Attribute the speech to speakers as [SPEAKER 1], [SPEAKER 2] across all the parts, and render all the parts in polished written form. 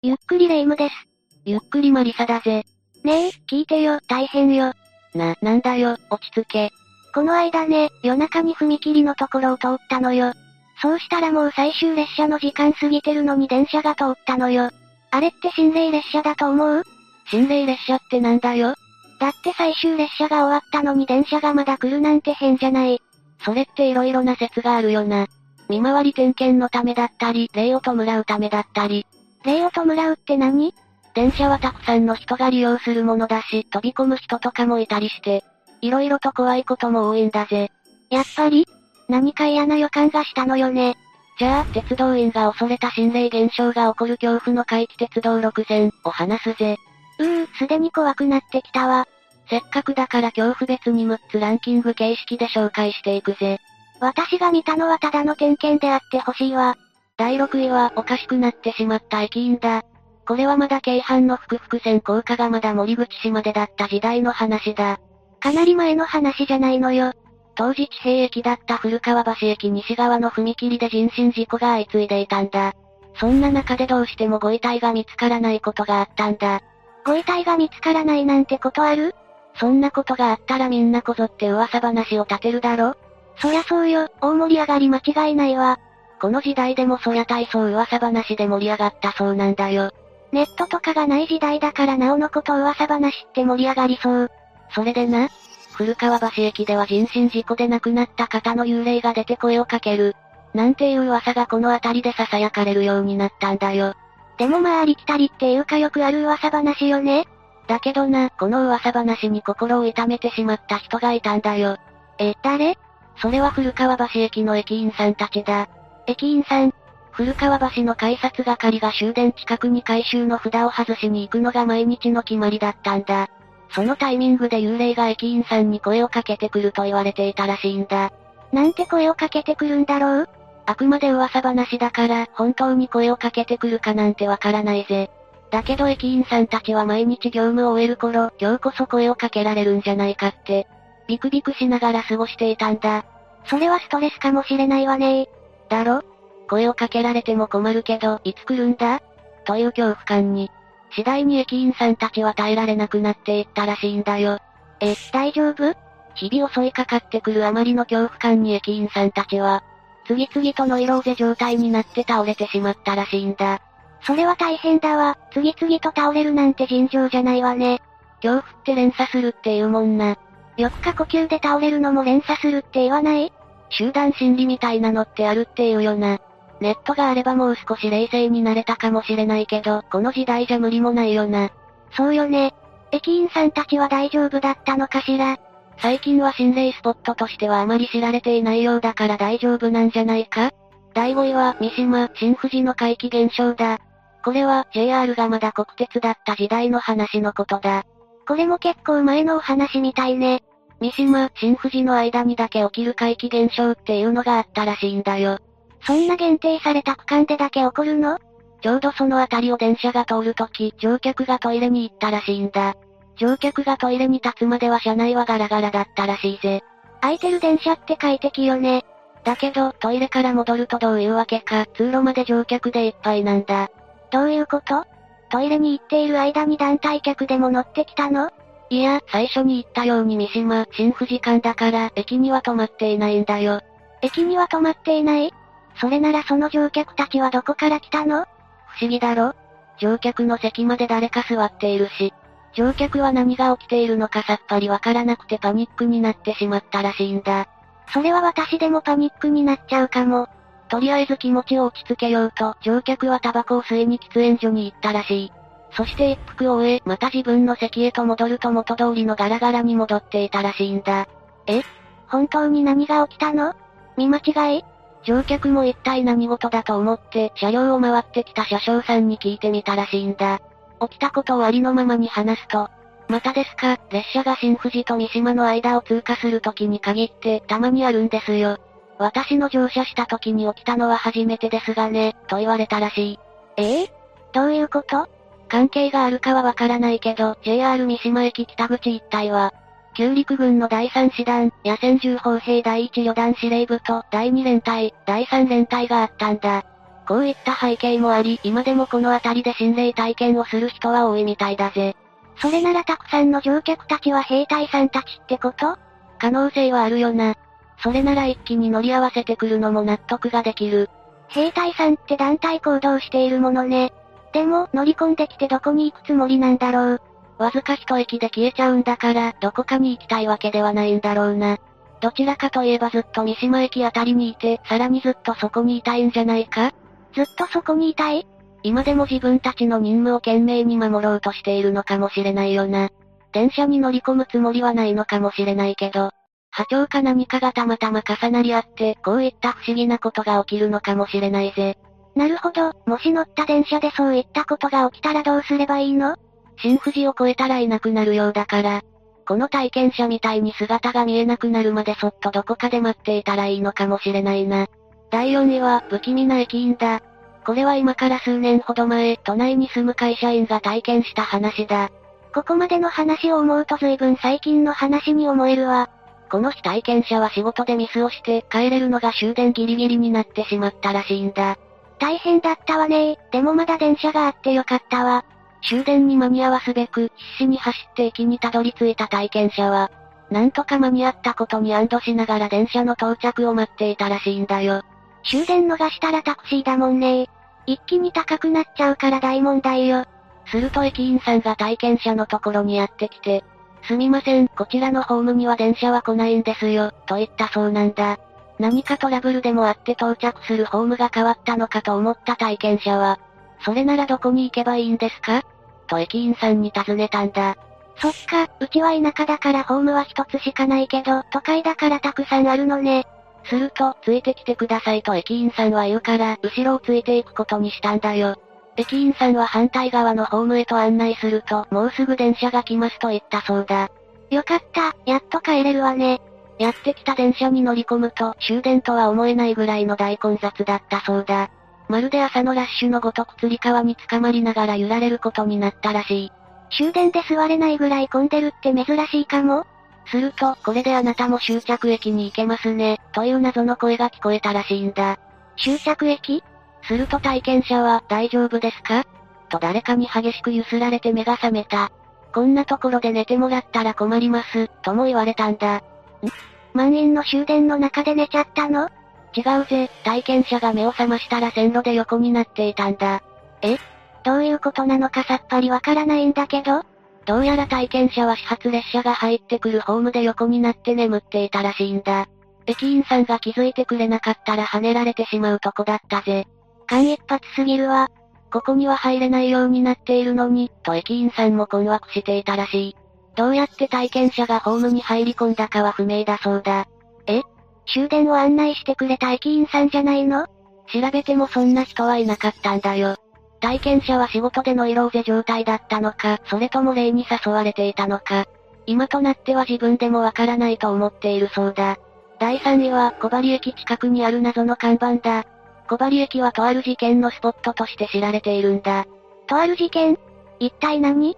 [SPEAKER 1] ゆっくりレ夢ムです。
[SPEAKER 2] ゆっくりマリサだぜ。
[SPEAKER 1] ねえ、聞いてよ、大変よ。
[SPEAKER 2] なんだよ、落ち着け。
[SPEAKER 1] この間ね、夜中に踏切のところを通ったのよ。そうしたらもう最終列車の時間過ぎてるのに電車が通ったのよ。あれって心霊列車だと思う？
[SPEAKER 2] 心霊列車ってなんだよ？
[SPEAKER 1] だって最終列車が終わったのに電車がまだ来るなんて変じゃない。
[SPEAKER 2] それって色々な説があるよな。見回り点検のためだったり、霊を弔うためだったり。
[SPEAKER 1] 霊を弔うって何？
[SPEAKER 2] 電車はたくさんの人が利用するものだし、飛び込む人とかもいたりして、色々と怖いことも多いんだぜ。
[SPEAKER 1] やっぱり？何か嫌な予感がしたのよね。
[SPEAKER 2] じゃあ、鉄道員が恐れた心霊現象が起こる恐怖の怪奇鉄道6選を話すぜ。
[SPEAKER 1] すでに怖くなってきたわ。
[SPEAKER 2] せっかくだから恐怖別に6つランキング形式で紹介していくぜ。
[SPEAKER 1] 私が見たのはただの点検であってほしいわ。
[SPEAKER 2] 第6位はおかしくなってしまった駅員だ。これはまだ京阪の複々線高架がまだ森口市までだった時代の話だ。
[SPEAKER 1] かなり前の話じゃないのよ。
[SPEAKER 2] 当時地平駅だった古川橋駅西側の踏切で人身事故が相次いでいたんだ。そんな中でどうしてもご遺体が見つからないことがあったんだ。
[SPEAKER 1] ご遺体が見つからないなんてことある？
[SPEAKER 2] そんなことがあったらみんなこぞって噂話を立てるだろ？
[SPEAKER 1] そりゃそうよ、大盛り上がり間違いないわ。
[SPEAKER 2] この時代でもそりゃ大層噂話で盛り上がったそうなんだよ。
[SPEAKER 1] ネットとかがない時代だからなおのこと噂話って盛り上がりそう。
[SPEAKER 2] それでな、古川橋駅では人身事故で亡くなった方の幽霊が出て声をかける。なんていう噂がこの辺りで囁かれるようになったんだよ。
[SPEAKER 1] でもまあありきたりっていうかよくある噂話よね。
[SPEAKER 2] だけどな、この噂話に心を痛めてしまった人がいたんだよ。
[SPEAKER 1] 誰？
[SPEAKER 2] それは古川橋駅の駅員さんたちだ。
[SPEAKER 1] 駅員さん。
[SPEAKER 2] 古川橋の改札係が終電近くに回収の札を外しに行くのが毎日の決まりだったんだ。そのタイミングで幽霊が駅員さんに声をかけてくると言われていたらしいんだ。
[SPEAKER 1] なんて声をかけてくるんだろう？
[SPEAKER 2] あくまで噂話だから、本当に声をかけてくるかなんてわからないぜ。だけど駅員さんたちは毎日業務を終える頃、今日こそ声をかけられるんじゃないかって、ビクビクしながら過ごしていたんだ。
[SPEAKER 1] それはストレスかもしれないわね。
[SPEAKER 2] だろ？声をかけられても困るけど、いつ来るんだ？という恐怖感に。次第に駅員さんたちは耐えられなくなっていったらしいんだよ。
[SPEAKER 1] 大丈夫？
[SPEAKER 2] 日々襲いかかってくるあまりの恐怖感に駅員さんたちは、次々とノイローゼ状態になって倒れてしまったらしいんだ。
[SPEAKER 1] それは大変だわ。次々と倒れるなんて尋常じゃないわね。
[SPEAKER 2] 恐怖って連鎖するって言うもんな。
[SPEAKER 1] よく過呼吸で倒れるのも連鎖するって言わない？
[SPEAKER 2] 集団心理みたいなのってあるって言うよな。ネットがあればもう少し冷静になれたかもしれないけど、この時代じゃ無理もないよな。
[SPEAKER 1] そうよね。駅員さんたちは大丈夫だったのかしら？
[SPEAKER 2] 最近は心霊スポットとしてはあまり知られていないようだから大丈夫なんじゃないか？第5位は三島、新富士の怪奇現象だ。これは JR がまだ国鉄だった時代の話のことだ。
[SPEAKER 1] これも結構前のお話みたいね。
[SPEAKER 2] 三島、新富士の間にだけ起きる怪奇現象っていうのがあったらしいんだよ。
[SPEAKER 1] そんな限定された区間でだけ起こるの？
[SPEAKER 2] ちょうどその辺りを電車が通るとき、乗客がトイレに行ったらしいんだ。乗客がトイレに立つまでは車内はガラガラだったらしいぜ。
[SPEAKER 1] 空いてる電車って快適よね。
[SPEAKER 2] だけど、トイレから戻るとどういうわけか、通路まで乗客でいっぱいなんだ。
[SPEAKER 1] どういうこと？トイレに行っている間に団体客でも乗ってきたの？
[SPEAKER 2] いや、最初に言ったように三島、新富士間だから、駅には止まっていないんだよ。
[SPEAKER 1] 駅には止まっていない？それならその乗客たちはどこから来たの？
[SPEAKER 2] 不思議だろ？乗客の席まで誰か座っているし、乗客は何が起きているのかさっぱりわからなくてパニックになってしまったらしいんだ。
[SPEAKER 1] それは私でもパニックになっちゃうかも。
[SPEAKER 2] とりあえず気持ちを落ち着けようと、乗客はタバコを吸いに喫煙所に行ったらしい。そして一服を終え、また自分の席へと戻ると元通りのガラガラに戻っていたらしいんだ。
[SPEAKER 1] 本当に何が起きたの？見間違い？
[SPEAKER 2] 乗客も一体何事だと思って、車両を回ってきた車掌さんに聞いてみたらしいんだ。起きたことをありのままに話すと、またですか、列車が新富士と三島の間を通過する時に限って、たまにあるんですよ。私の乗車した時に起きたのは初めてですがね、と言われたらしい。
[SPEAKER 1] どういうこと？
[SPEAKER 2] 関係があるかはわからないけど、JR 三島駅北口一帯は、旧陸軍の第3師団、野戦重砲兵第1旅団司令部と第2連隊、第3連隊があったんだ。 こういった背景もあり、今でもこの辺りで心霊体験をする人は多いみたいだぜ。
[SPEAKER 1] それならたくさんの乗客たちは兵隊さんたちってこと？
[SPEAKER 2] 可能性はあるよな。それなら一気に乗り合わせてくるのも納得ができる。
[SPEAKER 1] 兵隊さんって団体行動しているものね。でも、乗り込んできてどこに行くつもりなんだろう。
[SPEAKER 2] わずか一駅で消えちゃうんだから、どこかに行きたいわけではないんだろうな。どちらかといえばずっと三島駅あたりにいて、さらにずっとそこにいたいんじゃないか？
[SPEAKER 1] ずっとそこにいたい？
[SPEAKER 2] 今でも自分たちの任務を懸命に守ろうとしているのかもしれないよな。電車に乗り込むつもりはないのかもしれないけど、波長か何かがたまたま重なり合って、こういった不思議なことが起きるのかもしれないぜ。
[SPEAKER 1] なるほど、もし乗った電車でそういったことが起きたらどうすればいいの？
[SPEAKER 2] 新富士を越えたらいなくなるようだから、この体験者みたいに姿が見えなくなるまでそっとどこかで待っていたらいいのかもしれないな。第4位は、不気味な駅員だ。これは今から数年ほど前、都内に住む会社員が体験した話だ。
[SPEAKER 1] ここまでの話を思うと随分最近の話に思えるわ。
[SPEAKER 2] この日体験者は仕事でミスをして帰れるのが終電ギリギリになってしまったらしいんだ。
[SPEAKER 1] 大変だったわね。でもまだ電車があってよかったわ。
[SPEAKER 2] 終電に間に合わすべく必死に走って駅にたどり着いた体験者は、なんとか間に合ったことに安堵しながら電車の到着を待っていたらしいんだよ。
[SPEAKER 1] 終電逃したらタクシーだもんね。一気に高くなっちゃうから大問題よ。
[SPEAKER 2] すると駅員さんが体験者のところにやってきて、すみません、こちらのホームには電車は来ないんですよ、と言ったそうなんだ。何かトラブルでもあって到着するホームが変わったのかと思った体験者は、それならどこに行けばいいんですか？と駅員さんに尋ねたんだ。
[SPEAKER 1] そっか、うちは田舎だからホームは一つしかないけど、都会だからたくさんあるのね。
[SPEAKER 2] すると、ついてきてくださいと駅員さんは言うから、後ろをついていくことにしたんだよ。駅員さんは反対側のホームへと案内すると、もうすぐ電車が来ますと言ったそうだ。
[SPEAKER 1] よかった、やっと帰れるわね。
[SPEAKER 2] やってきた電車に乗り込むと、終電とは思えないぐらいの大混雑だったそうだ。まるで朝のラッシュのごとくつり革に捕まりながら揺られることになったらしい。
[SPEAKER 1] 終電で座れないぐらい混んでるって珍しいかも？
[SPEAKER 2] すると、これであなたも終着駅に行けますね、という謎の声が聞こえたらしいんだ。
[SPEAKER 1] 終着駅？
[SPEAKER 2] すると体験者は、大丈夫ですか？と誰かに激しく揺すられて目が覚めた。こんなところで寝てもらったら困ります、とも言われたんだ。
[SPEAKER 1] 満員の終電の中で寝ちゃったの？
[SPEAKER 2] 違うぜ、体験者が目を覚ましたら線路で横になっていたんだ。
[SPEAKER 1] え？どういうことなのかさっぱりわからないんだけど。
[SPEAKER 2] どうやら体験者は始発列車が入ってくるホームで横になって眠っていたらしいんだ。駅員さんが気づいてくれなかったら跳ねられてしまうとこだったぜ。
[SPEAKER 1] 間一髪すぎるわ。
[SPEAKER 2] ここには入れないようになっているのに、と駅員さんも困惑していたらしい。どうやって体験者がホームに入り込んだかは不明だそうだ。
[SPEAKER 1] 終電を案内してくれた駅員さんじゃないの？
[SPEAKER 2] 調べてもそんな人はいなかったんだよ。体験者は仕事でノイローゼ状態だったのか、それとも霊に誘われていたのか。今となっては自分でもわからないと思っているそうだ。第3位は、小針駅近くにある謎の看板だ。小針駅はとある事件のスポットとして知られているんだ。
[SPEAKER 1] とある事件？一体何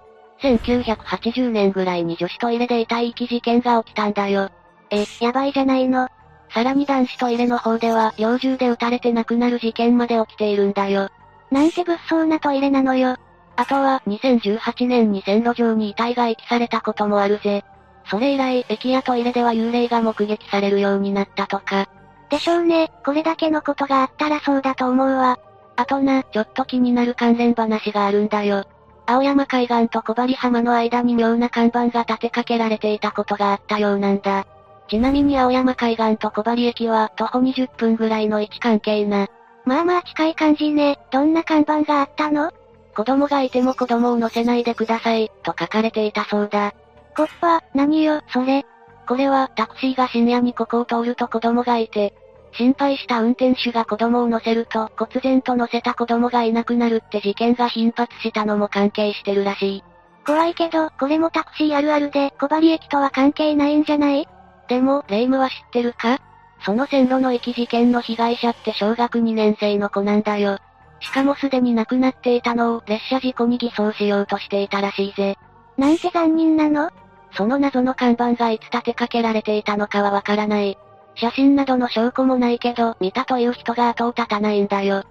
[SPEAKER 2] ？1980年ぐらいに女子トイレで遺体遺棄事件が起きたんだよ。
[SPEAKER 1] やばいじゃないの。
[SPEAKER 2] さらに男子トイレの方では、猟銃で撃たれて亡くなる事件まで起きているんだよ。
[SPEAKER 1] なんて物騒なトイレなのよ。
[SPEAKER 2] あとは、2018年に線路上に遺体が遺棄されたこともあるぜ。それ以来、駅やトイレでは幽霊が目撃されるようになったとか。
[SPEAKER 1] でしょうね、これだけのことがあったらそうだと思うわ。
[SPEAKER 2] あとな、ちょっと気になる関連話があるんだよ。青山海岸と小針浜の間に妙な看板が立てかけられていたことがあったようなんだ。ちなみに青山海岸と小針駅は徒歩20分ぐらいの位置関係な。
[SPEAKER 1] まあまあ近い感じね。どんな看板があったの？
[SPEAKER 2] 子供がいても子供を乗せないでください、と書かれていたそうだ。
[SPEAKER 1] こっぱ、何よ、それ。
[SPEAKER 2] これは、タクシーが深夜にここを通ると子供がいて、心配した運転手が子供を乗せると、忽然と乗せた子供がいなくなるって事件が頻発したのも関係してるらしい。
[SPEAKER 1] 怖いけど、これもタクシーあるあるで、小針駅とは関係ないんじゃない？
[SPEAKER 2] でも、霊夢は知ってるか？その線路の遺棄事件の被害者って小学2年生の子なんだよ。しかもすでに亡くなっていたのを列車事故に偽装しようとしていたらしいぜ。
[SPEAKER 1] なんて残忍なの？
[SPEAKER 2] その謎の看板がいつ立てかけられていたのかはわからない。写真などの証拠もないけど、見たという人が後を絶たないんだよ。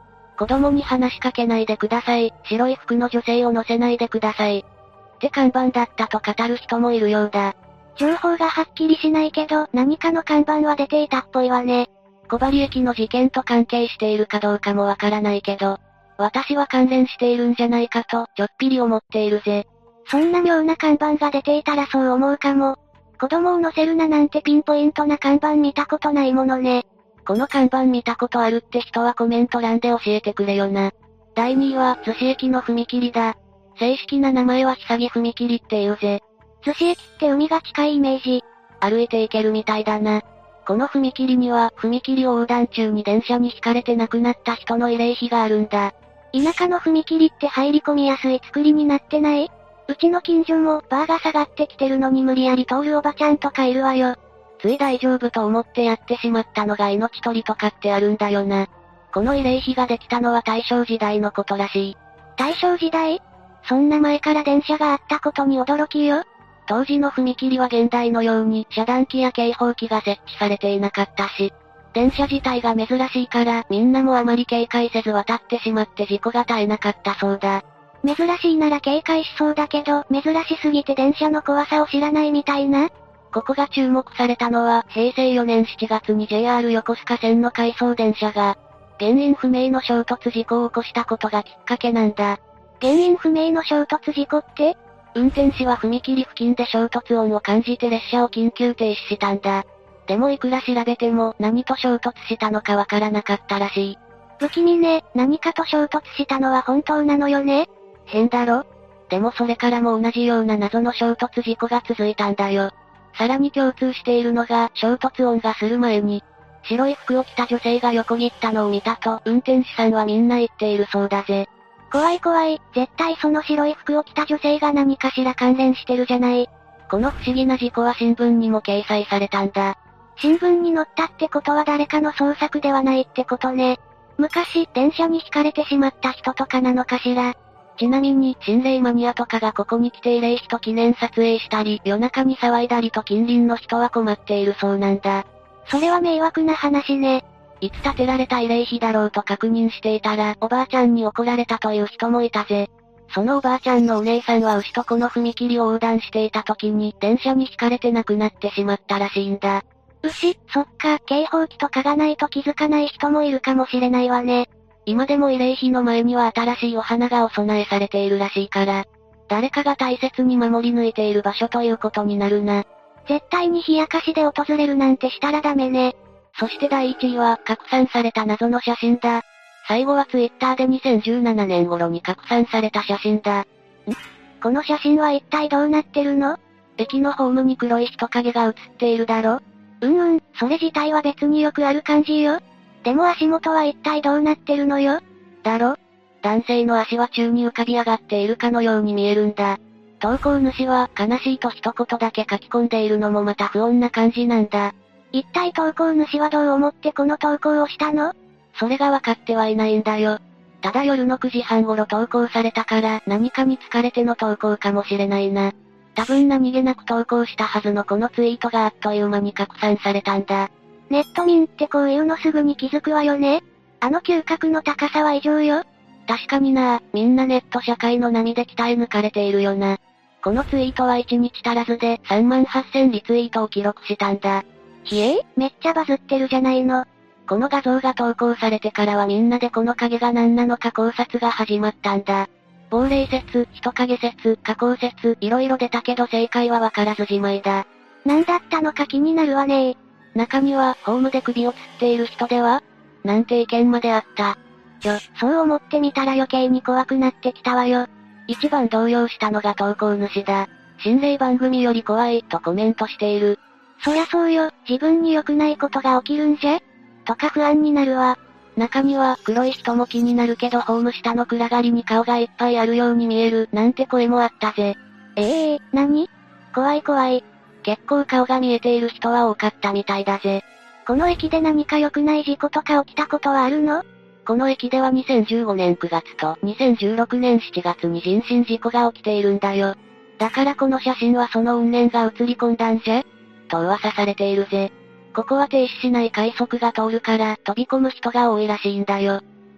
[SPEAKER 2] 子供に話しかけないでください。白い服の女性を乗せないでください。って看板だったと語る人もいるようだ。
[SPEAKER 1] 情報がはっきりしないけど、何かの看板は出ていたっぽいわね。
[SPEAKER 2] 小針駅の事件と関係しているかどうかもわからないけど、私は関連しているんじゃないかと、ちょっぴり思っているぜ。
[SPEAKER 1] そんな妙な看板が出ていたらそう思うかも。子供を乗せるななんてピンポイントな看板見たことないものね。
[SPEAKER 2] この看板見たことあるって人はコメント欄で教えてくれよな。第2位は、逗子駅の踏切だ。正式な名前は久木踏切って言うぜ。
[SPEAKER 1] 逗子駅って海が近いイメージ。
[SPEAKER 2] 歩いて行けるみたいだな。この踏切には、踏切を横断中に電車にひかれて亡くなった人の慰霊碑があるんだ。
[SPEAKER 1] 田舎の踏切って入り込みやすい作りになってない？うちの近所もバーが下がってきてるのに無理やり通るおばちゃんとかいるわよ。
[SPEAKER 2] つい大丈夫と思ってやってしまったのが命取りとかってあるんだよな。この慰霊碑ができたのは大正時代のことらしい。
[SPEAKER 1] 大正時代？そんな前から電車があったことに驚きよ。
[SPEAKER 2] 当時の踏切は現代のように遮断機や警報機が設置されていなかったし、電車自体が珍しいからみんなもあまり警戒せず渡ってしまって事故が絶えなかったそうだ。
[SPEAKER 1] 珍しいなら警戒しそうだけど、珍しすぎて電車の怖さを知らないみたいな。
[SPEAKER 2] ここが注目されたのは、平成4年7月に JR 横須賀線の回送電車が、原因不明の衝突事故を起こしたことがきっかけなんだ。
[SPEAKER 1] 原因不明の衝突事故って？
[SPEAKER 2] 運転士は踏切付近で衝突音を感じて列車を緊急停止したんだ。でもいくら調べても何と衝突したのかわからなかったらしい。
[SPEAKER 1] 不気味ね、何かと衝突したのは本当なのよね。
[SPEAKER 2] 変だろ？でもそれからも同じような謎の衝突事故が続いたんだよ。さらに共通しているのが衝突音がする前に、白い服を着た女性が横切ったのを見たと運転手さんはみんな言っているそうだぜ。
[SPEAKER 1] 怖い怖い、絶対その白い服を着た女性が何かしら関連してるじゃない。
[SPEAKER 2] この不思議な事故は新聞にも掲載されたんだ。
[SPEAKER 1] 新聞に載ったってことは誰かの創作ではないってことね。昔、電車にひかれてしまった人とかなのかしら。
[SPEAKER 2] ちなみに、心霊マニアとかがここに来て慰霊碑と記念撮影したり、夜中に騒いだりと近隣の人は困っているそうなんだ。
[SPEAKER 1] それは迷惑な話ね。
[SPEAKER 2] いつ建てられた慰霊碑だろうと確認していたら、おばあちゃんに怒られたという人もいたぜ。そのおばあちゃんのお姉さんは牛とこの踏切を横断していた時に、電車にひかれて亡くなってしまったらしいんだ。
[SPEAKER 1] 牛、そっか、警報器とかがないと気づかない人もいるかもしれないわね。
[SPEAKER 2] 今でも慰霊碑の前には新しいお花がお供えされているらしいから、誰かが大切に守り抜いている場所ということになるな。
[SPEAKER 1] 絶対に冷やかしで訪れるなんてしたらダメね。
[SPEAKER 2] そして第1位は、拡散された謎の写真だ。最後はツイッターで2017年頃に拡散された写真だ。
[SPEAKER 1] この写真は一体どうなってるの？
[SPEAKER 2] 駅のホームに黒い人影が写っているだろ？
[SPEAKER 1] それ自体は別によくある感じよ。でも足元は一体どうなってるのよ？
[SPEAKER 2] だろ？男性の足は宙に浮かび上がっているかのように見えるんだ。投稿主は悲しいと一言だけ書き込んでいるのもまた不穏な感じなんだ。
[SPEAKER 1] 一体投稿主はどう思ってこの投稿をしたの？
[SPEAKER 2] それがわかってはいないんだよ。ただ夜の9時半頃投稿されたから何かに疲れての投稿かもしれないな。多分何気なく投稿したはずのこのツイートがあっという間に拡散されたんだ。
[SPEAKER 1] ネット民ってこういうのすぐに気づくわよね。あの嗅覚の高さは異常よ。
[SPEAKER 2] 確かにな、みんなネット社会の波で鍛え抜かれているよな。このツイートは1日足らずで38,000リツイートを記録したんだ。
[SPEAKER 1] めっちゃバズってるじゃないの。
[SPEAKER 2] この画像が投稿されてからはみんなでこの影が何なのか考察が始まったんだ。亡霊説、人影説、加工説、いろいろ出たけど正解はわからずじまいだ。
[SPEAKER 1] 何だったのか気になるわね。
[SPEAKER 2] 中には、ホームで首を吊っている人ではなんて意見まであった。
[SPEAKER 1] そう思ってみたら余計に怖くなってきたわよ。
[SPEAKER 2] 一番動揺したのが投稿主だ。心霊番組より怖い、とコメントしている。
[SPEAKER 1] そりゃそうよ、自分に良くないことが起きるんじゃとか不安になるわ。
[SPEAKER 2] 中には、黒い人も気になるけどホーム下の暗がりに顔がいっぱいあるように見える、なんて声もあったぜ。
[SPEAKER 1] 何？怖い怖い。
[SPEAKER 2] 結構顔が見えている人は多かったみたいだぜ。
[SPEAKER 1] この駅で何か良くない事故とか起きたことはあるの？
[SPEAKER 2] この駅では2015年9月と2016年7月に人身事故が起きているんだよ。だからこの写真はその怨念が映り込んだんじゃと噂されているぜ。ここは停止しない快速が通るから飛び込む人が多いらしいんだよ。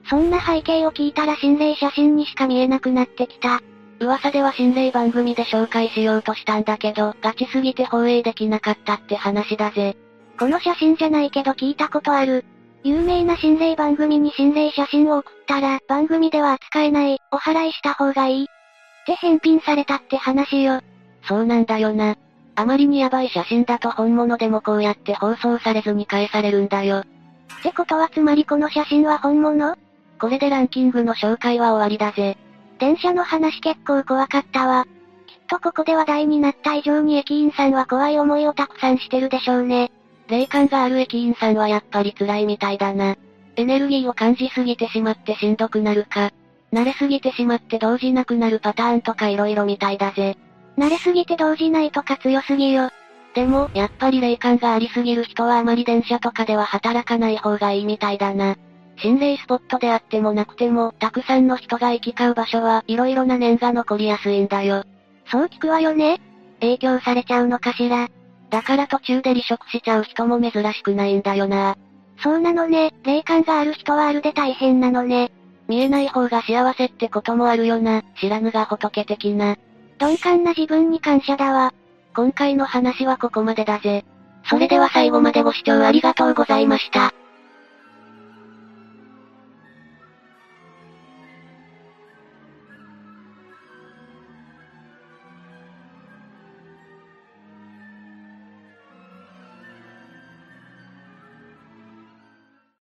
[SPEAKER 1] そんな背景を聞いたら心霊写真にしか見えなくなってきた。
[SPEAKER 2] 噂では心霊番組で紹介しようとしたんだけど、ガチすぎて放映できなかったって話だぜ。
[SPEAKER 1] この写真じゃないけど聞いたことある。有名な心霊番組に心霊写真を送ったら、番組では扱えない、お払いした方がいい。って返品されたって話よ。
[SPEAKER 2] そうなんだよな。あまりにヤバい写真だと本物でもこうやって放送されずに返されるんだよ。
[SPEAKER 1] ってことはつまりこの写真は本物？
[SPEAKER 2] これでランキングの紹介は終わりだぜ。
[SPEAKER 1] 電車の話結構怖かったわ。きっとここで話題になった以上に駅員さんは怖い思いをたくさんしてるでしょうね。
[SPEAKER 2] 霊感がある駅員さんはやっぱり辛いみたいだな。エネルギーを感じすぎてしまってしんどくなるか、慣れすぎてしまって動じなくなるパターンとか色々みたいだぜ。
[SPEAKER 1] 慣れすぎて動じないとか強すぎよ。
[SPEAKER 2] でも、やっぱり霊感がありすぎる人はあまり電車とかでは働かない方がいいみたいだな。心霊スポットであってもなくても、たくさんの人が行き交う場所は色々な念が残りやすいんだよ。
[SPEAKER 1] そう聞くわよね。影響されちゃうのかしら。
[SPEAKER 2] だから途中で離職しちゃう人も珍しくないんだよな。
[SPEAKER 1] そうなのね、霊感がある人はあるで大変なのね。
[SPEAKER 2] 見えない方が幸せってこともあるよな、知らぬが仏的な。
[SPEAKER 1] 鈍感な自分に感謝だわ。
[SPEAKER 2] 今回の話はここまでだぜ。それでは最後までご視聴ありがとうございました。